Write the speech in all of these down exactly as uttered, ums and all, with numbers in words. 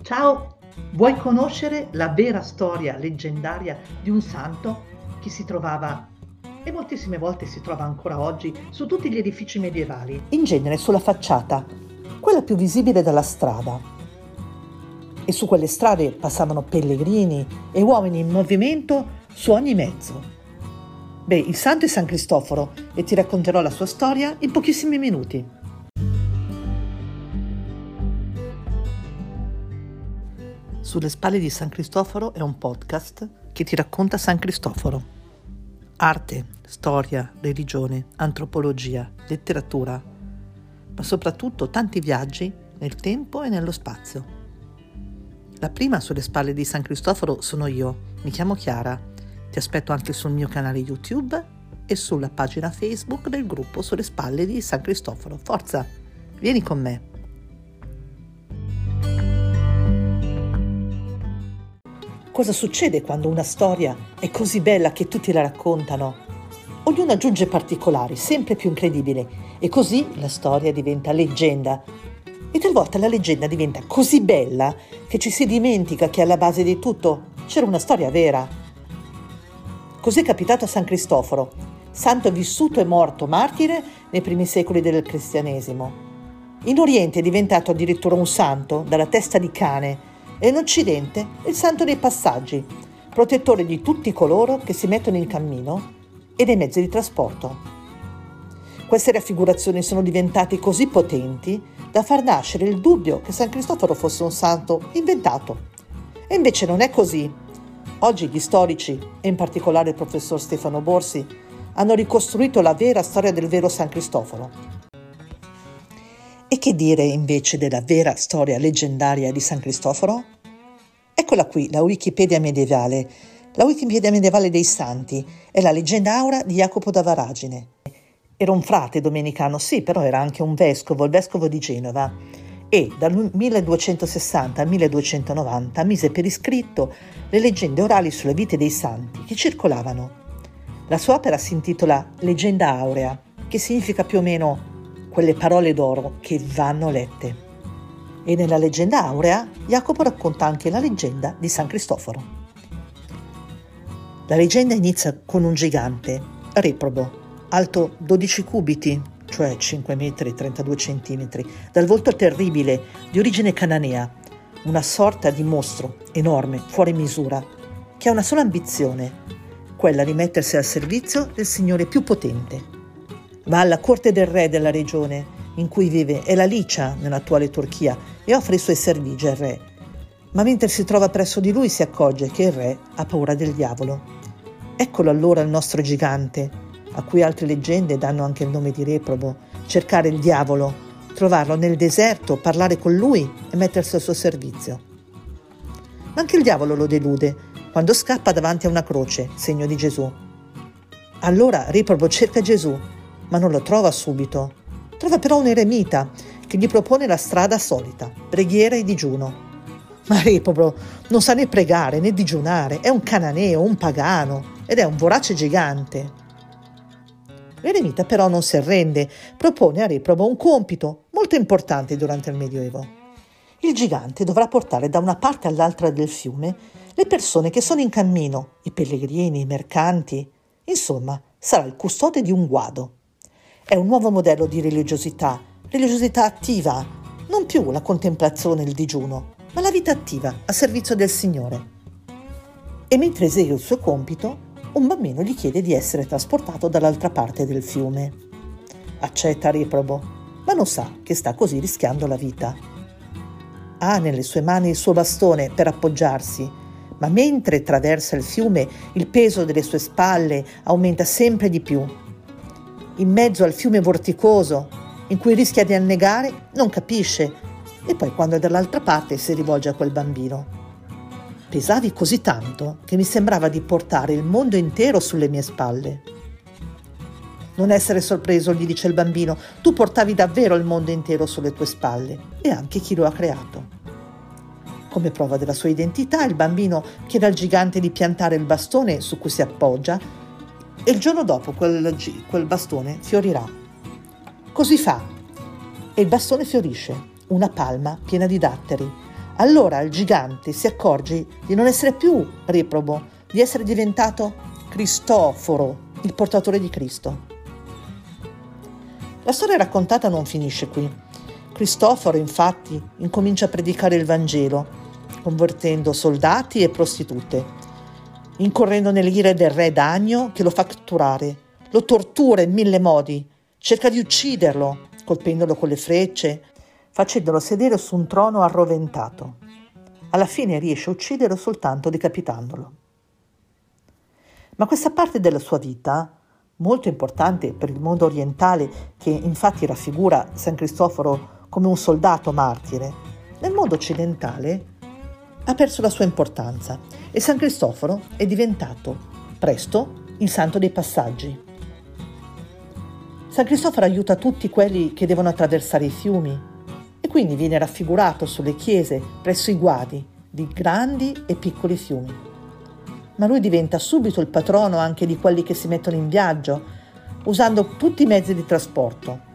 Ciao! Vuoi conoscere la vera storia leggendaria di un santo che si trovava e moltissime volte si trova ancora oggi su tutti gli edifici medievali? In genere sulla facciata, quella più visibile dalla strada. E su quelle strade passavano pellegrini e uomini in movimento su ogni mezzo. Beh, il santo è San Cristoforo e ti racconterò la sua storia in pochissimi minuti. Sulle spalle di San Cristoforo è un podcast che ti racconta San Cristoforo. Arte, storia, religione, antropologia, letteratura, ma soprattutto tanti viaggi nel tempo e nello spazio. La prima sulle spalle di San Cristoforo sono io, mi chiamo Chiara, ti aspetto anche sul mio canale YouTube e sulla pagina Facebook del gruppo sulle spalle di San Cristoforo. Forza, vieni con me! Cosa succede quando una storia è così bella che tutti la raccontano? Ognuno aggiunge particolari, sempre più incredibili, e così la storia diventa leggenda. E talvolta la leggenda diventa così bella che ci si dimentica che alla base di tutto c'era una storia vera. Così è capitato a San Cristoforo, santo vissuto e morto martire nei primi secoli del cristianesimo. In Oriente è diventato addirittura un santo dalla testa di cane, e in Occidente il santo dei passaggi, protettore di tutti coloro che si mettono in cammino e dei mezzi di trasporto. Queste raffigurazioni sono diventate così potenti da far nascere il dubbio che San Cristoforo fosse un santo inventato. E invece non è così. Oggi gli storici, e in particolare il professor Stefano Borsi, hanno ricostruito la vera storia del vero San Cristoforo. E che dire invece della vera storia leggendaria di San Cristoforo? Eccola qui, la Wikipedia medievale. La Wikipedia medievale dei santi è la leggenda aurea di Jacopo da Varagine. Era un frate domenicano, sì, però era anche un vescovo, il vescovo di Genova, e dal milleduecentosessanta al milleduecentonovanta mise per iscritto le leggende orali sulle vite dei santi che circolavano. La sua opera si intitola Leggenda aurea, che significa più o meno quelle parole d'oro che vanno lette. E nella leggenda aurea Jacopo racconta anche la leggenda di San Cristoforo. La leggenda inizia con un gigante, Reprobo, alto dodici cubiti, cioè cinque metri e trentadue centimetri, dal volto terribile, di origine cananea, una sorta di mostro enorme, fuori misura, che ha una sola ambizione, quella di mettersi al servizio del signore più potente. Va alla corte del re della regione in cui vive, è la Licia nell'attuale Turchia, e offre i suoi servigi al re. Ma mentre si trova presso di lui si accorge che il re ha paura del diavolo. Eccolo allora il nostro gigante, a cui altre leggende danno anche il nome di Reprobo, cercare il diavolo, trovarlo nel deserto, parlare con lui e mettersi al suo servizio. Ma anche il diavolo lo delude quando scappa davanti a una croce, segno di Gesù. Allora Reprobo cerca Gesù, ma non lo trova subito. Trova però un eremita che gli propone la strada solita, preghiera e digiuno. Ma Reprobo non sa né pregare né digiunare, è un cananeo, un pagano ed è un vorace gigante. L'eremita però non si arrende, propone a Reprobo un compito molto importante durante il Medioevo. Il gigante dovrà portare da una parte all'altra del fiume le persone che sono in cammino, i pellegrini, i mercanti, insomma sarà il custode di un guado. È un nuovo modello di religiosità, religiosità attiva, non più la contemplazione e il digiuno, ma la vita attiva a servizio del Signore. E mentre esegue il suo compito, un bambino gli chiede di essere trasportato dall'altra parte del fiume. Accetta Reprobo, ma non sa che sta così rischiando la vita. Ha nelle sue mani il suo bastone per appoggiarsi, ma mentre attraversa il fiume il peso delle sue spalle aumenta sempre di più. In mezzo al fiume vorticoso, in cui rischia di annegare, non capisce, e poi quando è dall'altra parte si rivolge a quel bambino. Pesavi così tanto che mi sembrava di portare il mondo intero sulle mie spalle. Non essere sorpreso, gli dice il bambino, tu portavi davvero il mondo intero sulle tue spalle, e anche chi lo ha creato. Come prova della sua identità, il bambino chiede al gigante di piantare il bastone su cui si appoggia, e il giorno dopo quel, quel bastone fiorirà. Così fa, e il bastone fiorisce, una palma piena di datteri, Allora il gigante si accorge di non essere più reprobo, di essere diventato Cristoforo, il portatore di Cristo. La storia raccontata non finisce qui. Cristoforo, infatti, incomincia a predicare il Vangelo, convertendo soldati e prostitute, incorrendo nell'ira del re Danio che lo fa catturare, lo tortura in mille modi, cerca di ucciderlo, colpendolo con le frecce, facendolo sedere su un trono arroventato. Alla fine riesce a ucciderlo soltanto decapitandolo. Ma questa parte della sua vita, molto importante per il mondo orientale, che infatti raffigura San Cristoforo come un soldato martire, nel mondo occidentale ha perso la sua importanza e San Cristoforo è diventato presto il santo dei passaggi. San Cristoforo aiuta tutti quelli che devono attraversare i fiumi e quindi viene raffigurato sulle chiese presso i guadi di grandi e piccoli fiumi. Ma lui diventa subito il patrono anche di quelli che si mettono in viaggio, usando tutti i mezzi di trasporto.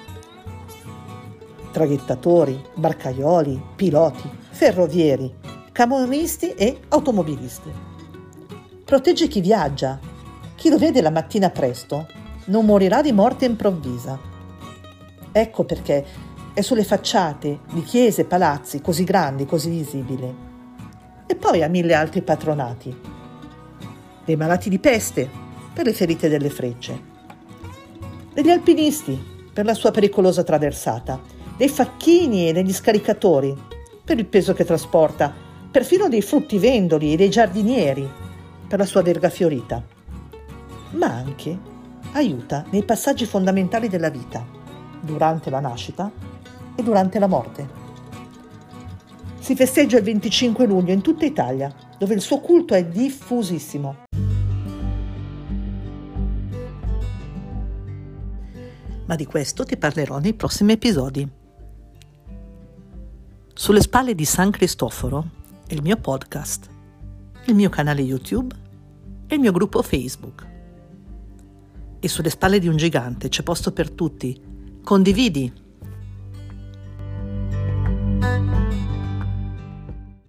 Traghettatori, barcaioli, piloti, ferrovieri, camionisti e automobilisti. Protegge chi viaggia. Chi lo vede la mattina presto non morirà di morte improvvisa. Ecco perché è sulle facciate di chiese e palazzi così grandi, così visibili. E poi ha mille altri patronati. Dei malati di peste, per le ferite delle frecce. Degli alpinisti, per la sua pericolosa traversata. Dei facchini e degli scaricatori, per il peso che trasporta. Perfino dei fruttivendoli e dei giardinieri, per la sua verga fiorita. Ma anche aiuta nei passaggi fondamentali della vita, durante la nascita e durante la morte. Si festeggia il venticinque luglio in tutta Italia, dove il suo culto è diffusissimo. Ma di questo ti parlerò nei prossimi episodi. Sulle spalle di San Cristoforo è il mio podcast, il mio canale YouTube e il mio gruppo Facebook. E sulle spalle di un gigante c'è posto per tutti. Condividi!